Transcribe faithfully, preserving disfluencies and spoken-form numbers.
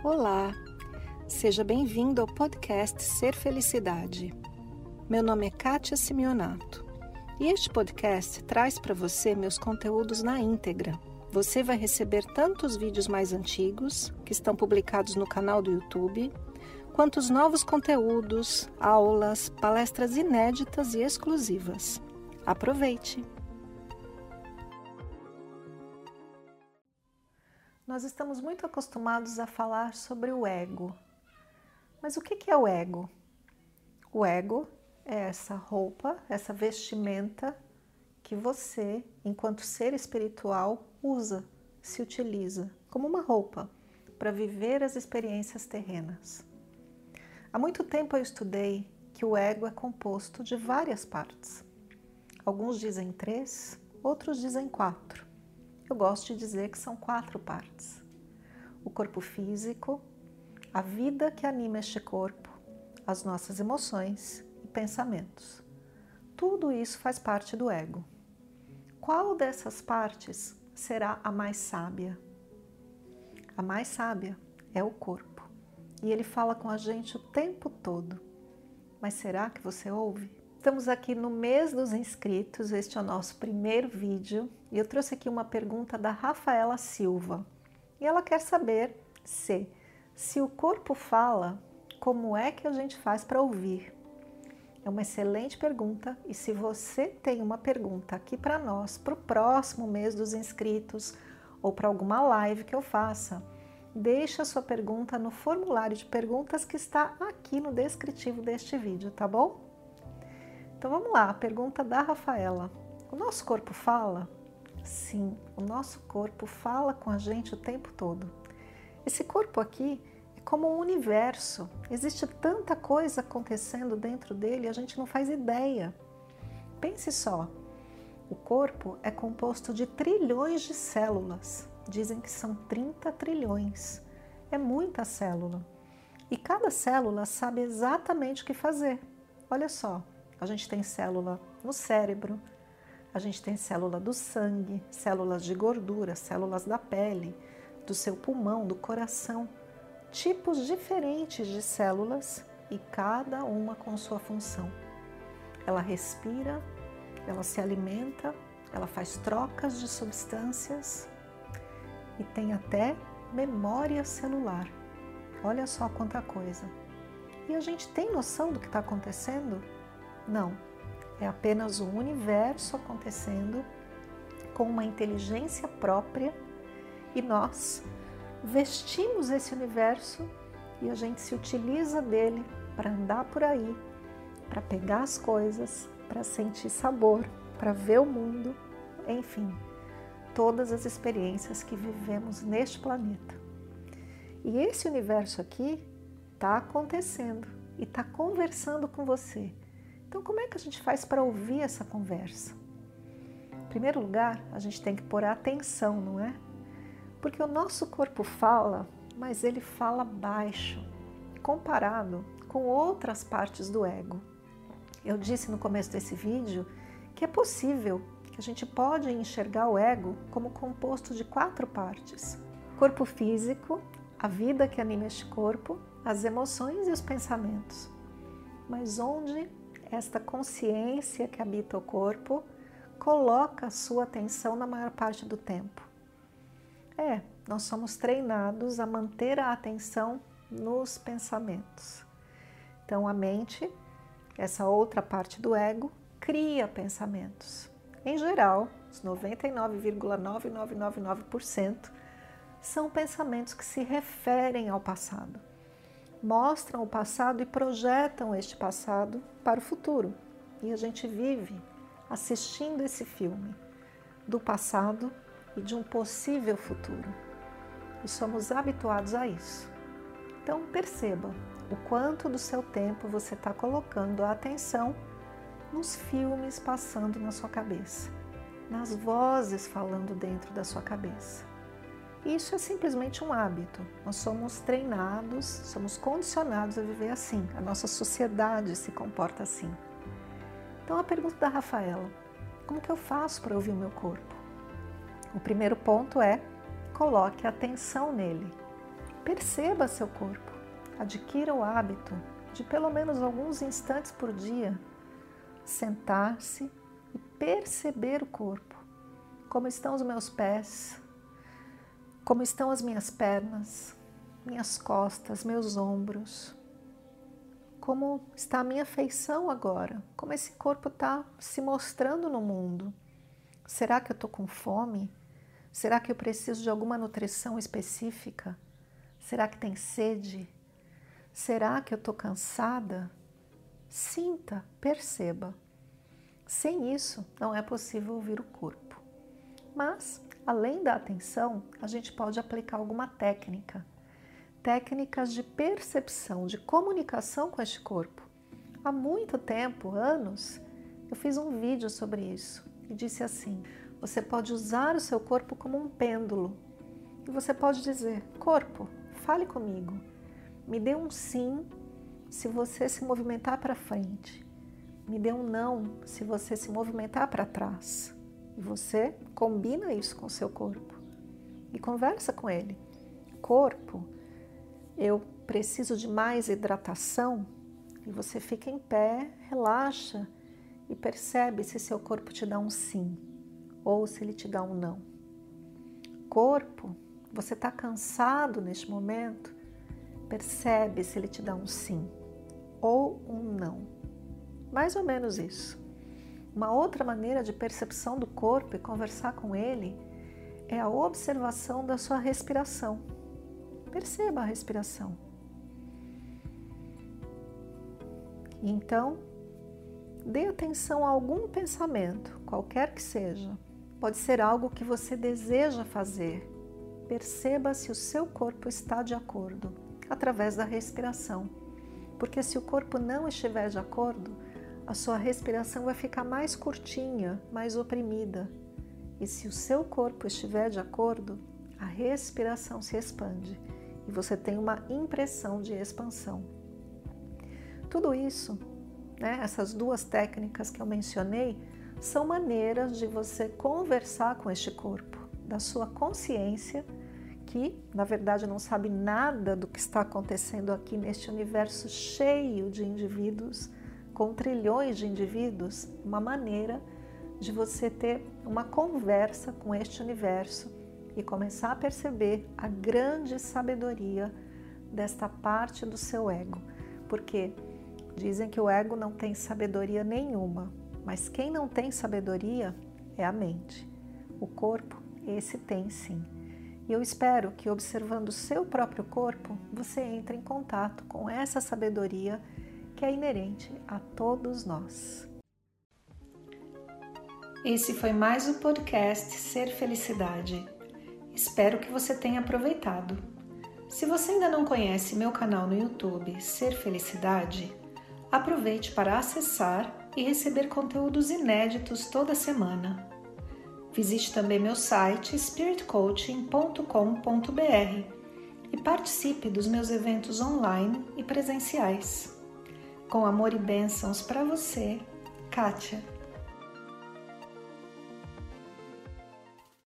Olá, seja bem-vindo ao podcast Ser Felicidade. Meu nome é Kátia Simeonato e este podcast traz para você meus conteúdos na íntegra. Você vai receber tanto os vídeos mais antigos, que estão publicados no canal do YouTube, quanto os novos conteúdos, aulas, palestras inéditas e exclusivas. Aproveite! Nós estamos muito acostumados a falar sobre o ego. Mas o que é o ego? O ego é essa roupa, essa vestimenta que você, enquanto ser espiritual, usa, se utiliza como uma roupa para viver as experiências terrenas. Há muito tempo eu estudei que o ego é composto de várias partes. Alguns dizem três, outros dizem quatro. Eu gosto de dizer que são quatro partes. O corpo físico, a vida que anima este corpo, as nossas emoções e pensamentos. Tudo isso faz parte do ego. Qual dessas partes será a mais sábia? A mais sábia é o corpo. E ele fala com a gente o tempo todo. Mas será que você ouve? Estamos aqui no mês dos inscritos, este é o nosso primeiro vídeo e eu trouxe aqui uma pergunta da Rafaela Silva. E ela quer saber se, se o corpo fala, como é que a gente faz para ouvir? É uma excelente pergunta e se você tem uma pergunta aqui para nós, para o próximo mês dos inscritos ou para alguma live que eu faça, deixe a sua pergunta no formulário de perguntas que está aqui no descritivo deste vídeo, tá bom? Então vamos lá, a pergunta da Rafaela. O nosso corpo fala? Sim, o nosso corpo fala com a gente o tempo todo. Esse corpo aqui é como um universo. Existe tanta coisa acontecendo dentro dele, a gente não faz ideia. Pense só, o corpo é composto de trilhões de células. Dizem que são trinta trilhões. É muita célula. E cada célula sabe exatamente o que fazer. Olha só. A gente tem célula no cérebro, a gente tem célula do sangue, células de gordura, células da pele, do seu pulmão, do coração. Tipos diferentes de células e cada uma com sua função. Ela respira, ela se alimenta, ela faz trocas de substâncias e tem até memória celular. Olha só quanta coisa. E a gente tem noção do que está acontecendo? Não, é apenas um universo acontecendo com uma inteligência própria e nós vestimos esse universo e a gente se utiliza dele para andar por aí, para pegar as coisas, para sentir sabor, para ver o mundo, enfim, todas as experiências que vivemos neste planeta. E esse universo aqui está acontecendo e está conversando com você. Então, como é que a gente faz para ouvir essa conversa? Em primeiro lugar, a gente tem que pôr a atenção, não é? Porque o nosso corpo fala, mas ele fala baixo, comparado com outras partes do ego. Eu disse no começo desse vídeo que é possível, que a gente pode enxergar o ego como composto de quatro partes. Corpo físico, a vida que anima este corpo, as emoções e os pensamentos. Mas onde esta consciência que habita o corpo coloca a sua atenção na maior parte do tempo? É, nós somos treinados a manter a atenção nos pensamentos. Então a mente, essa outra parte do ego, cria pensamentos. Em geral, os noventa e nove vírgula nove nove nove nove por cento são pensamentos que se referem ao passado. Mostram o passado e projetam este passado para o futuro. E a gente vive assistindo esse filme do passado e de um possível futuro. E somos habituados a isso. Então perceba o quanto do seu tempo você está colocando a atenção nos filmes passando na sua cabeça, nas vozes falando dentro da sua cabeça. Isso é simplesmente um hábito. Nós somos treinados, somos condicionados a viver assim. A nossa sociedade se comporta assim. Então a pergunta da Rafaela, como que eu faço para ouvir o meu corpo? O primeiro ponto é, coloque atenção nele. Perceba seu corpo. Adquira o hábito de pelo menos alguns instantes por dia sentar-se e perceber o corpo. Como estão os meus pés, como estão as minhas pernas, minhas costas, meus ombros. Como está a minha feição agora? Como esse corpo está se mostrando no mundo? Será que eu estou com fome? Será que eu preciso de alguma nutrição específica? Será que tem sede? Será que eu estou cansada? Sinta, perceba. Sem isso, não é possível ouvir o corpo. Mas, além da atenção, a gente pode aplicar alguma técnica. Técnicas de percepção, de comunicação com este corpo. Há muito tempo, anos, eu fiz um vídeo sobre isso e disse assim: você pode usar o seu corpo como um pêndulo e você pode dizer: corpo, fale comigo, me dê um sim se você se movimentar para frente, me dê um não se você se movimentar para trás. E você combina isso com o seu corpo e conversa com ele. Corpo, eu preciso de mais hidratação? E você fica em pé, relaxa e percebe se seu corpo te dá um sim ou se ele te dá um não. Corpo, você está cansado neste momento? Percebe se ele te dá um sim ou um não. Mais ou menos isso. Uma outra maneira de percepção do corpo e conversar com ele é a observação da sua respiração. Perceba a respiração. E então, dê atenção a algum pensamento, qualquer que seja. Pode ser algo que você deseja fazer. Perceba se o seu corpo está de acordo, através da respiração. Porque se o corpo não estiver de acordo, a sua respiração vai ficar mais curtinha, mais oprimida. E se o seu corpo estiver de acordo, a respiração se expande e você tem uma impressão de expansão. Tudo isso, né, essas duas técnicas que eu mencionei, são maneiras de você conversar com este corpo, da sua consciência, que na verdade não sabe nada do que está acontecendo aqui neste universo cheio de indivíduos, com trilhões de indivíduos, uma maneira de você ter uma conversa com este universo e começar a perceber a grande sabedoria desta parte do seu ego. Porque dizem que o ego não tem sabedoria nenhuma, mas quem não tem sabedoria é a mente. O corpo, esse tem sim. E eu espero que observando o seu próprio corpo, você entre em contato com essa sabedoria que é inerente a todos nós. Esse foi mais o podcast Ser Felicidade. Espero que você tenha aproveitado. Se você ainda não conhece meu canal no YouTube Ser Felicidade, aproveite para acessar e receber conteúdos inéditos toda semana. Visite também meu site spirit coaching ponto com ponto b r e participe dos meus eventos online e presenciais. Com amor e bênçãos para você, Kátia.